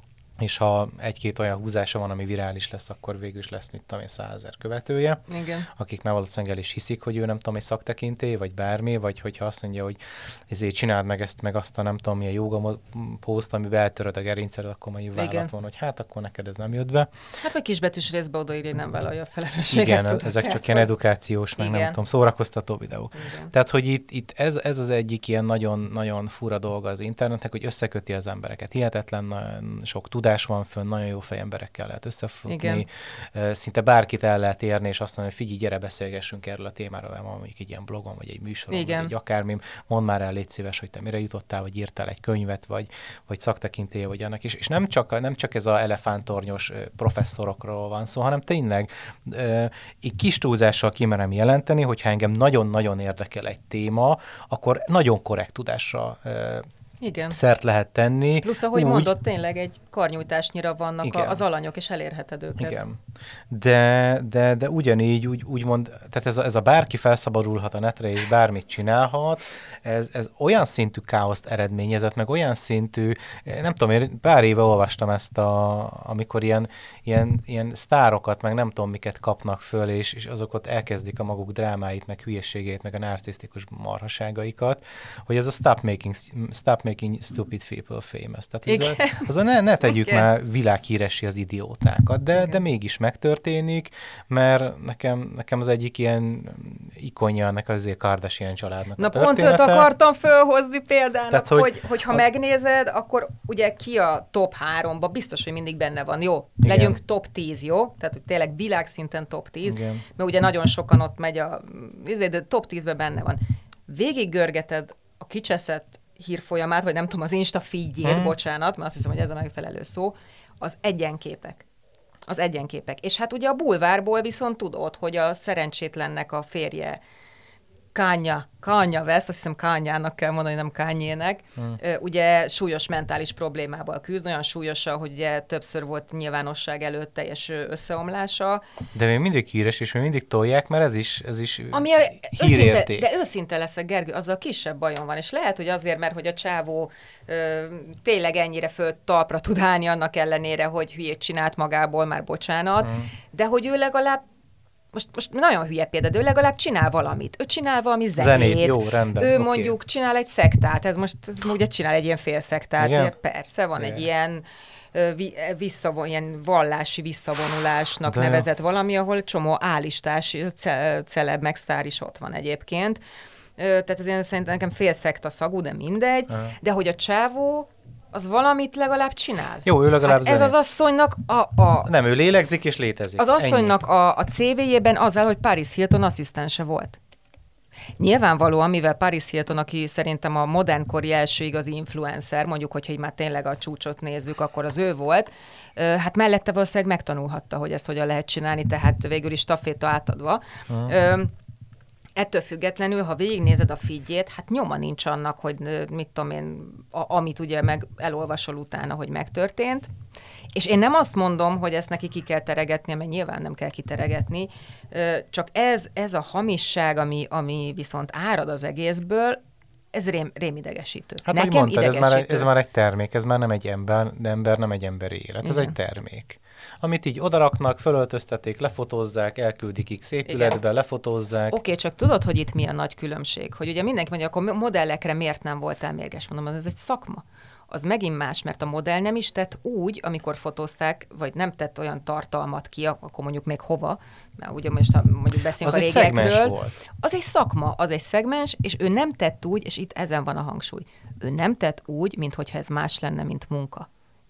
és ha egy-két olyan húzása van, ami virális lesz, akkor végül is lesz, mit tudom én, százezer követője, Igen. akik már valószínűleg el is hiszik, hogy ő nem tudom, egy szaktekintély, vagy bármi, vagy hogyha azt mondja, hogy ezért csináld meg ezt, meg azt a nem tudom, milyen jóga poszt, amiben eltöröd a gerincedet, akkor majd vállalat van, hogy hát akkor neked ez nem jött be. Hát vagy kisbetűs részbe odaírja, hogy nem vállalja a felelősséget. Igen, tudod, ezek tehát, csak ilyen edukációs, meg igen. nem tudom, szórakoztató videók. Igen. Tehát, hogy itt, itt ez, ez az egyik ilyen nagyon-nagyon fura dolga az internetnek, hogy összeköti az embereket. Hihetetlen nagyon sok tudás van fönn, nagyon jó fejemberekkel lehet összefogni. Igen. Szinte bárkit el lehet érni, és azt mondani, hogy figyelj, gyere, beszélgessünk erről a témáról, mert mondjuk egy ilyen blogon, vagy egy műsoron, igen. vagy egy akármi, mondd már el, légy szíves, hogy te mire jutottál, vagy írtál egy könyvet, vagy, vagy szaktekintélye, vagy annak is. És nem csak, nem csak ez a elefántornyos professzorokról van szó, hanem tényleg e, egy kis túlzással kimerem jelenteni, hogyha engem nagyon-nagyon érdekel egy téma, akkor nagyon korrekt tudásra e, igen. szert lehet tenni. Plusz, ahogy úgy, mondod, tényleg egy karnyújtásnyira vannak igen. az alanyok, és elérheted őket. Igen. De, de, de ugyanígy, úgy, úgymond, tehát ez a, ez a bárki felszabadulhat a netre, és bármit csinálhat, ez, ez olyan szintű káoszt eredményezett, meg olyan szintű, nem tudom, én pár éve olvastam ezt, a, amikor ilyen, ilyen, ilyen sztárokat, meg nem tudom, miket kapnak föl, és, és azok ott elkezdik a maguk drámáit, meg hülyeségét, meg a narcisztikus marhaságaikat, hogy ez a stop making, stop making stupid people famous. Tehát ez a, az a ne, ne tegyük igen. már világhíressé az idiótákat, de, de mégis megtörténik, mert nekem, nekem az egyik ilyen ikonja ennek az azért Kardashian családnak Na a pont őt akartam fölhozni példának, Tehát, hogy, hogy, hogy ha a... megnézed, akkor ugye ki a top háromba, biztos, hogy mindig benne van, jó? Igen. Legyünk top tíz, jó? Tehát, hogy tényleg világszinten top tíz, igen. mert ugye nagyon sokan ott megy a, de top tízben benne van. Végig görgeted a kicseszett hírfolyamát, vagy nem tudom, az Insta feedjét, hmm. bocsánat, mert azt hiszem, hogy ez a megfelelő szó, az egyenképek. Az egyenképek. És hát ugye a bulvárból viszont tudod, hogy a szerencsétlennek a férje Kanye, Kanye West, azt hiszem Kanye-nak kell mondani, nem Kanye-nek, hmm. ugye súlyos mentális problémával küzd, olyan súlyosan, hogy ugye többször volt nyilvánosság előtt teljes összeomlása. De még mindig híres, és még mindig tolják, mert ez is, ez is Ami a, őszinte, de őszinte leszek, Gergő, azzal kisebb bajom van, és lehet, hogy azért, mert hogy a csávó ö, tényleg ennyire föl talpra tud állni annak ellenére, hogy hülyét csinált magából, már bocsánat, hmm. de hogy ő legalább Most, most nagyon hülye példa, de ő legalább csinál valamit. Ő csinál valami zenét. Zenét, jó, rendben. Ő okay. mondjuk csinál egy szektát. Ez most ugye csinál egy ilyen félszektát. Igen? Persze, van Igen. egy ilyen, visszavon, ilyen vallási visszavonulásnak de nevezett jó. valami, ahol csomó állistás, ce, celeb, meg sztár is ott van egyébként. Tehát ez én szerintem nekem félszekta szagú, de mindegy. Aha. De hogy a csávó az valamit legalább csinál. Jó, ő legalább hát ez az asszonynak a, a... Nem, ő lélegzik és létezik. Az asszonynak a, a cé vé-jében az áll, hogy Paris Hilton asszisztense volt. Nyilvánvalóan, mivel Paris Hilton, aki szerintem a modernkori első igazi influencer, mondjuk, hogyha így már tényleg a csúcsot nézzük, akkor az ő volt, hát mellette valószínűleg megtanulhatta, hogy ezt hogyan lehet csinálni, tehát végül is staféta átadva. Uh-huh. Ettől függetlenül, ha végignézed a feedjét, hát nyoma nincs annak, hogy mit tudom én, a, amit ugye meg elolvasol utána, hogy megtörtént. És én nem azt mondom, hogy ezt neki ki kell teregetni, mert nyilván nem kell kiteregetni, csak ez, ez a hamisság, ami, ami viszont árad az egészből, ez rém, rémidegesítő. Hát, Nekem mondtad, idegesítő. Ez már, ez már egy termék, ez már nem egy ember, ember nem egy emberi élet, ez Igen. egy termék. Amit így odaraknak, fölöltöztetik, lefotózzák, elküldik X épületbe, lefotózzák. Oké, okay, csak tudod, hogy itt mi a nagy különbség? Hogy ugye mindenki mondja, akkor modellekre miért nem voltál mérges? Mondom, ez egy szakma. Az megint más, mert a modell nem is tett úgy, amikor fotózták, vagy nem tett olyan tartalmat ki, akkor mondjuk még hova, mert ugye most mondjuk beszélünk az a régiekről. Volt. Az egy szakma, az egy szegmens, és ő nem tett úgy, és itt ezen van a hangsúly. Ő nem tett úgy, minthogyha ez más lenne, mint munka.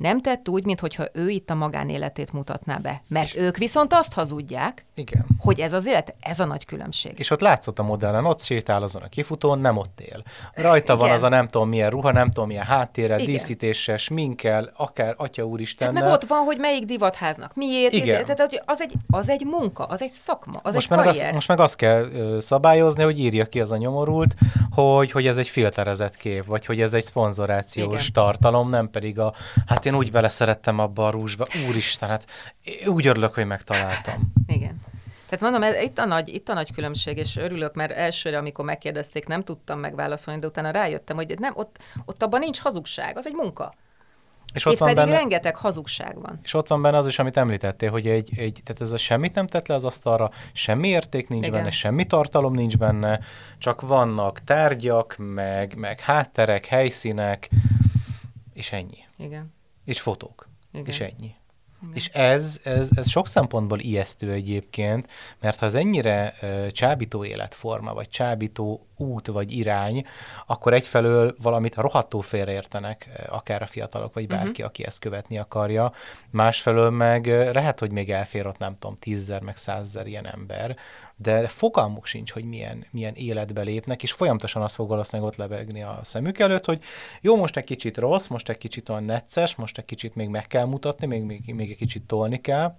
nem tett úgy, mintha ő itt a magánéletét mutatná be. Mert ők viszont azt hazudják, igen. hogy ez az élet, ez a nagy különbség. És ott látszott a modellen, ott sétál azon a kifutón, nem ott él. Rajta igen. van az a nem tudom milyen ruha, nem tudom milyen háttérrel, díszítéssel, sminkel, akár atya úristennel. Hát meg ott van, hogy melyik divatháznak miért. Igen. Tehát az egy, az egy munka, az egy szakma, az most egy meg karrier. Az, most meg azt kell ö, szabályozni, hogy írja ki az a nyomorult, hogy, hogy ez egy filterezett kép, vagy hogy ez egy szponzorációs igen. tartalom, nem pedig a, hát én úgy beleszerettem abba a rúzsba, úristen, hát úgy örülök, hogy megtaláltam. Igen. Tehát mondom, ez, itt, a nagy, itt a nagy különbség, és örülök, mert elsőre, amikor megkérdezték, nem tudtam megválaszolni, de utána rájöttem, hogy nem, ott, ott abban nincs hazugság, az egy munka. És ott itt van pedig benne, rengeteg hazugság van. És ott van benne az is, amit említettél, hogy egy, egy, tehát ez a semmit nem tett le az asztalra, semmi érték nincs igen. benne, semmi tartalom nincs benne, csak vannak tárgyak, meg, meg hátterek, helyszínek, és ennyi. Igen. És fotók. Igen. És ennyi. Igen. És ez, ez, ez sok szempontból ijesztő egyébként, mert ha ez ennyire uh, csábító életforma, vagy csábító út, vagy irány, akkor egyfelől valamit rohadtul félreértenek, akár a fiatalok, vagy bárki, uh-huh. aki ezt követni akarja. Másfelől meg lehet, hogy még elfér ott, nem tudom, tízzer, meg százezer ilyen ember, de fogalmuk sincs, hogy milyen, milyen életbe lépnek, és folyamatosan azt fog valószínűleg ott lebegni a szemük előtt, hogy jó, most egy kicsit rossz, most egy kicsit olyan necces, most egy kicsit még meg kell mutatni, még, még, még egy kicsit tolni kell,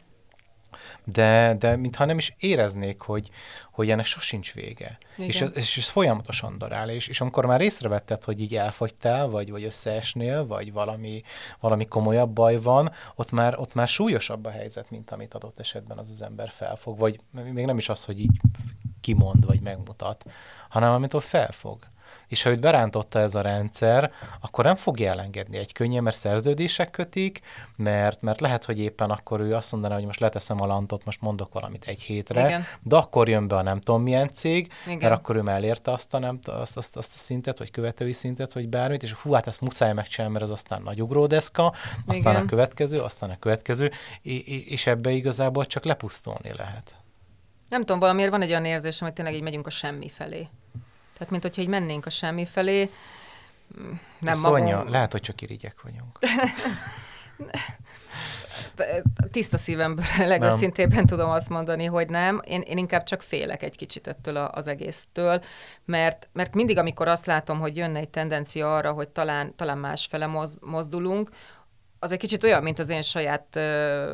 de, de mintha nem is éreznék, hogy, hogy ennek sosincs vége. És ez, és ez folyamatosan darál, és, és amikor már észrevetted, hogy így elfogytál, vagy, vagy összeesnél, vagy valami, valami komolyabb baj van, ott már, ott már súlyosabb a helyzet, mint amit adott esetben az az ember felfog, vagy még nem is az, hogy így kimond, vagy megmutat, hanem amit ott felfog. És ha őt berántotta ez a rendszer, akkor nem fogja elengedni egy könnyen, mert szerződések kötik, mert, mert lehet, hogy éppen akkor ő azt mondaná, hogy most leteszem a lantot, most mondok valamit egy hétre, igen. de akkor jön be a nem tudom milyen cég, igen. mert akkor ő már elérte azt a, nem, azt, azt, azt a szintet, vagy követői szintet, vagy bármit, és hú, hát ezt muszáj megcsinálni, mert az aztán nagy ugródeszka, aztán igen. a következő, aztán a következő, és ebbe igazából csak lepusztulni lehet. Nem tudom, valamiért van egy olyan érzésem, hogy tényleg így megyünk a semmi felé. Tehát, mint hogyha így mennénk a semmi felé, nem Szonya, magunk... lehet, hogy csak irigyek vagyunk. Tiszta szívemből legőszintébben tudom azt mondani, hogy nem. Én, én inkább csak félek egy kicsit ettől az egésztől, mert, mert mindig, amikor azt látom, hogy jönne egy tendencia arra, hogy talán, talán másfele moz, mozdulunk, az egy kicsit olyan, mint az én saját uh,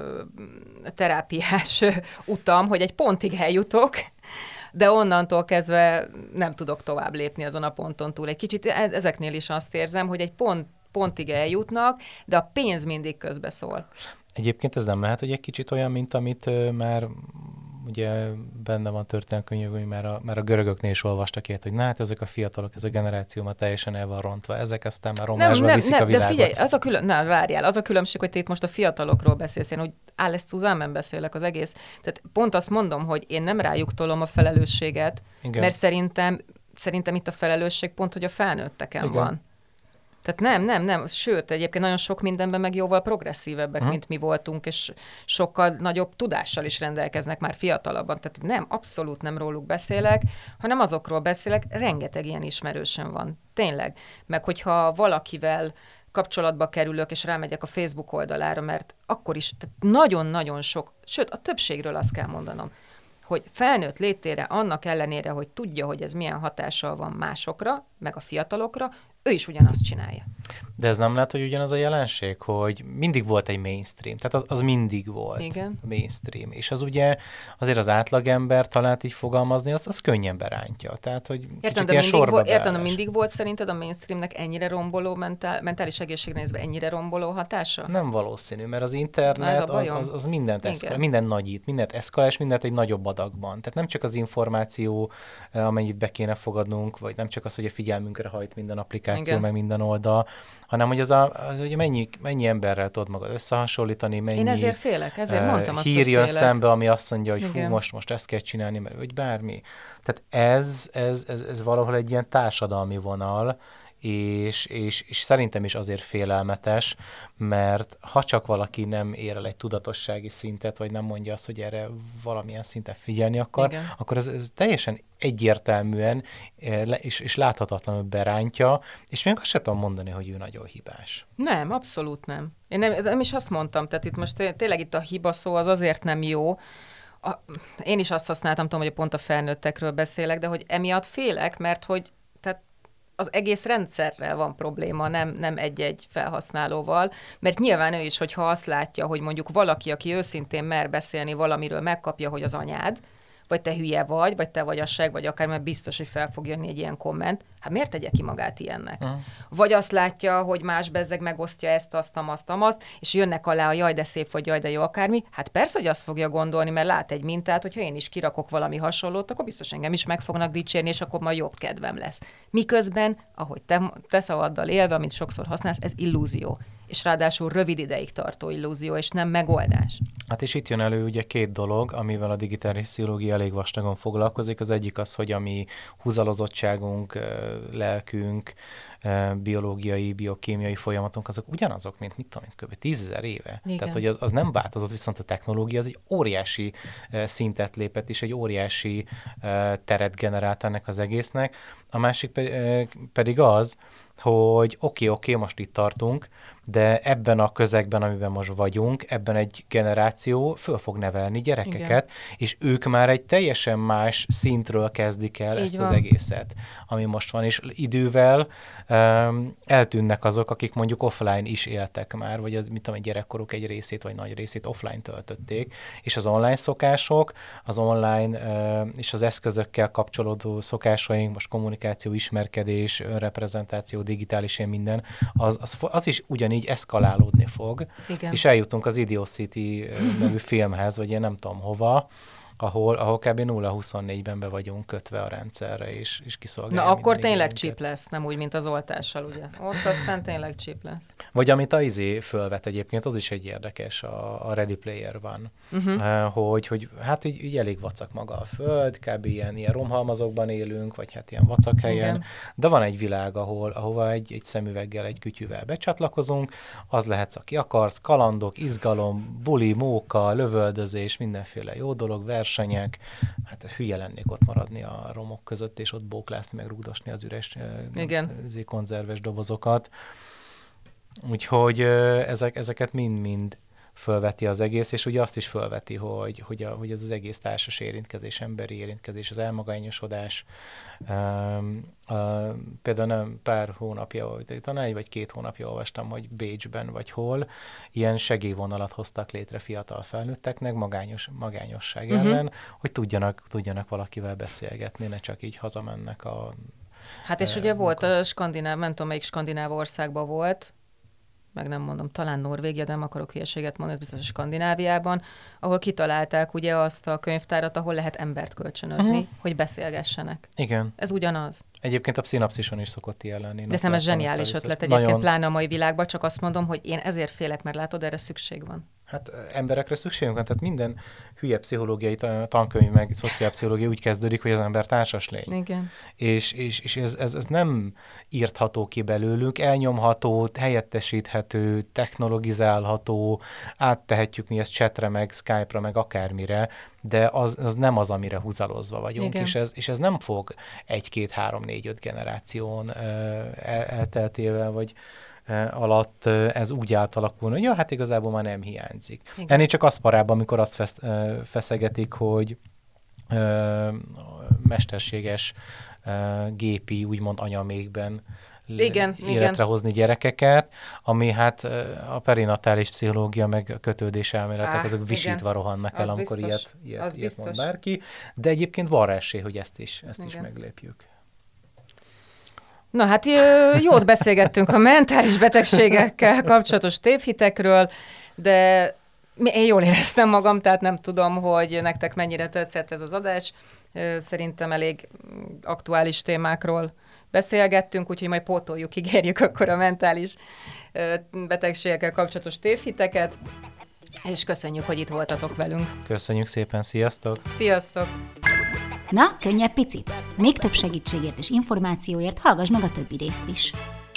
terápiás uh, utam, hogy egy pontig eljutok, de onnantól kezdve nem tudok tovább lépni azon a ponton túl. Egy kicsit ezeknél is azt érzem, hogy egy pont, pontig eljutnak, de a pénz mindig közbeszól. Egyébként ez nem lehet, hogy egy kicsit olyan, mint amit uh, már ugye benne van történelmkönyvben, hogy már a, már a görögöknél is olvastak ilyet, hogy na hát ezek a fiatalok, ez a generáció már teljesen el van rontva, ezek aztán már romlásba nem, viszik nem, a világot. De figyelj, az a külön, na, várjál, az a különbség, hogy te itt most a fiatalokról beszélsz, én úgy Alice Susanne-ben beszélek az egész. Tehát pont azt mondom, hogy én nem rájuk tolom a felelősséget, igen. mert szerintem, szerintem itt a felelősség pont, hogy a felnőtteken igen. van. Tehát nem, nem, nem. Sőt, egyébként nagyon sok mindenben meg jóval progresszívebbek, hmm. mint mi voltunk, és sokkal nagyobb tudással is rendelkeznek már fiatalabban. Tehát nem, abszolút nem róluk beszélek, hanem azokról beszélek, rengeteg ilyen ismerősöm van. Tényleg. Meg hogyha valakivel kapcsolatba kerülök, és rámegyek a Facebook oldalára, mert akkor is nagyon-nagyon sok, sőt, a többségről azt kell mondanom, hogy felnőtt létére annak ellenére, hogy tudja, hogy ez milyen hatással van másokra, meg a fiatalokra, ő is ugyanazt csinálja. De ez nem lehet, hogy ugyanaz a jelenség, hogy mindig volt egy mainstream, tehát az, az mindig volt igen. mainstream, és az ugye azért az átlagember talált így fogalmazni, az, az könnyen berántja. Tehát, hogy értem, de mindig, vo- értem, de mindig volt szerinted a mainstreamnek ennyire romboló, mentál, mentális egészségre nézve ennyire romboló hatása? Nem valószínű, mert az internet az, az, az mindent eszkál, mindent nagyít, mindent eszkál, és mindent egy nagyobb adagban. Tehát nem csak az információ, amennyit be kéne fogadnunk, vagy nem csak az, hogy a figyelmünkre hajt minden applikáció, igen. meg minden oldal, hanem hogy az, a, az hogy mennyi, mennyi emberrel tudod magad összehasonlítani, mennyi én ezért félek, ezért uh, mondtam azt, hír jön szembe, ami azt mondja, hogy igen. fú, most, most ezt kell csinálni, mert vagy bármi. Tehát ez, ez, ez, ez valahol egy ilyen társadalmi vonal, és, és, és szerintem is azért félelmetes, mert ha csak valaki nem ér el egy tudatossági szintet, vagy nem mondja azt, hogy erre valamilyen szinten figyelni akar, igen. akkor ez, ez teljesen egyértelműen és, és láthatatlanul berántja, és még azt sem tudom mondani, hogy ő nagyon hibás. Nem, abszolút nem. Én nem, nem is azt mondtam, tehát itt most tényleg itt a hiba szó az azért nem jó. A, én is azt használtam, tudom, hogy pont a felnőttekről beszélek, de hogy emiatt félek, mert hogy tehát az egész rendszerrel van probléma, nem, nem egy-egy felhasználóval, mert nyilván ő is, hogyha azt látja, hogy mondjuk valaki, aki őszintén mer beszélni valamiről, megkapja, hogy az anyád, vagy te hülye vagy, vagy te vagy a seg, vagy akár, mert biztos, hogy fel fog jönni egy ilyen komment. Hát miért tegye ki magát ilyennek? Uh-huh. Vagy azt látja, hogy más bezzeg megosztja ezt, azt, azt, azt, és jönnek alá a jaj, de szép, vagy jaj, de jó, akármi. Hát persze, hogy azt fogja gondolni, mert lát egy mintát, hogyha én is kirakok valami hasonlót, akkor biztos engem is meg fognak dicsérni, és akkor majd jobb kedvem lesz. Miközben, ahogy te, te szavaddal élve, amit sokszor használsz, ez illúzió. És ráadásul rövid ideig tartó illúzió, és nem megoldás. Hát és itt jön elő ugye két dolog, amivel a digitális pszichológia elég vastagon foglalkozik. Az egyik az, hogy a mi húzalozottságunk, lelkünk, biológiai, biokémiai folyamatunk, azok ugyanazok, mint mit tudom én, kb. tízezer éve. Igen. Tehát, hogy az, az nem változott, viszont a technológia az egy óriási szintet lépett, és egy óriási teret generált ennek az egésznek. A másik pedig az, hogy oké, oké, most itt tartunk, de ebben a közegben, amiben most vagyunk, ebben egy generáció föl fog nevelni gyerekeket, igen. és ők már egy teljesen más szintről kezdik el Így ezt van. az egészet, ami most van, és idővel um, eltűnnek azok, akik mondjuk offline is éltek már, vagy az, mit tudom, egy gyerekkoruk egy részét, vagy nagy részét offline töltötték, és az online szokások, az online uh, és az eszközökkel kapcsolódó szokásaink, most kommunikáció, ismerkedés, önreprezentáció, digitális ilyen minden, az, az, az is ugyanígy eszkalálódni fog, Igen. és eljutunk az Idiocity nevű filmhez, vagy én nem tudom hova, ahol, ahol kb. nulla huszonnégyben be vagyunk kötve a rendszerre, és, és kiszolgálja. Na akkor tényleg chip lesz, nem úgy, mint az oltással, ugye? Ott aztán tényleg chip lesz. Vagy amit a izé fölvet egyébként, az is egy érdekes, a, a Ready Player One, uh-huh. hogy, hogy hát így, így elég vacak maga a föld, kb. ilyen, ilyen romhalmazokban élünk, vagy hát ilyen vacak helyen, Igen. de van egy világ, ahol, ahova egy, egy szemüveggel, egy kütyűvel becsatlakozunk, az lehetsz, aki akarsz, kalandok, izgalom, buli, móka, lövöldözés, mindenféle jó dolog, versenyek, hát hülye lennék ott maradni a romok között, és ott bóklászni, meg rúgdosni az üres Igen. konzerves dobozokat. Úgyhogy ezek, ezeket mind-mind fölveti az egész, és ugye azt is fölveti, hogy, hogy, a, hogy ez az egész társas érintkezés, emberi érintkezés, az elmagányosodás. Um, uh, például nem pár hónapja, talán egy vagy két hónapja olvastam, hogy Bécsben vagy hol ilyen segélyvonalat hoztak létre fiatal felnőtteknek magányos, magányosság uh-huh. ellen, hogy tudjanak, tudjanak valakivel beszélgetni, ne csak így hazamennek a... Hát és e, ugye volt a skandináv, nem tudom melyik skandináv országban volt, meg nem mondom, talán Norvégia, de nem akarok hülyeséget mondani, ez biztos a Skandináviában, ahol kitalálták ugye azt a könyvtárat, ahol lehet embert kölcsönözni, uh-huh. hogy beszélgessenek. Igen. Ez ugyanaz. Egyébként a Pszinapszison is szokott ilyen lenni. De szerintem ez zseniális ötlet egyébként, nagyon... pláne a mai világban, csak azt mondom, hogy én ezért félek, mert látod, erre szükség van. Hát emberekre szükségünk van, tehát minden hülye pszichológiai tankönyv, meg szociálpszichológia úgy kezdődik, hogy az ember társas lény. Igen. És, és, és ez, ez, ez nem írtható ki belőlünk, elnyomható, helyettesíthető, technologizálható, áttehetjük mi ezt chatre, meg Skype-ra, meg akármire, de az, az nem az, amire húzalozva vagyunk, és ez, és ez nem fog egy, két, három, négy, öt generáción el, elteltével, vagy alatt ez úgy átalakulni, hogy ja, hát igazából már nem hiányzik. Igen. Ennél csak az parább, amikor azt fesz, feszegetik, hogy ö, mesterséges ö, gépi, úgymond anyamékben igen, életre igen. hozni gyerekeket, ami hát a perinatális pszichológia meg a kötődés elméletek, Á, azok visítva rohannak el, amikor biztos, ilyet, ilyet, ilyet mond bárki. De egyébként van rá esély, hogy ezt is, ezt is meglépjük. Na hát jót beszélgettünk a mentális betegségekkel kapcsolatos tévhitekről, de én jól éreztem magam, tehát nem tudom, hogy nektek mennyire tetszett ez az adás. Szerintem elég aktuális témákról beszélgettünk, úgyhogy majd pótoljuk, ígérjük akkor a mentális betegségekkel kapcsolatos tévhiteket, és köszönjük, hogy itt voltatok velünk. Köszönjük szépen, sziasztok! Sziasztok! Na, könnyebb picit? Még több segítségért és információért hallgass meg a többi részt is.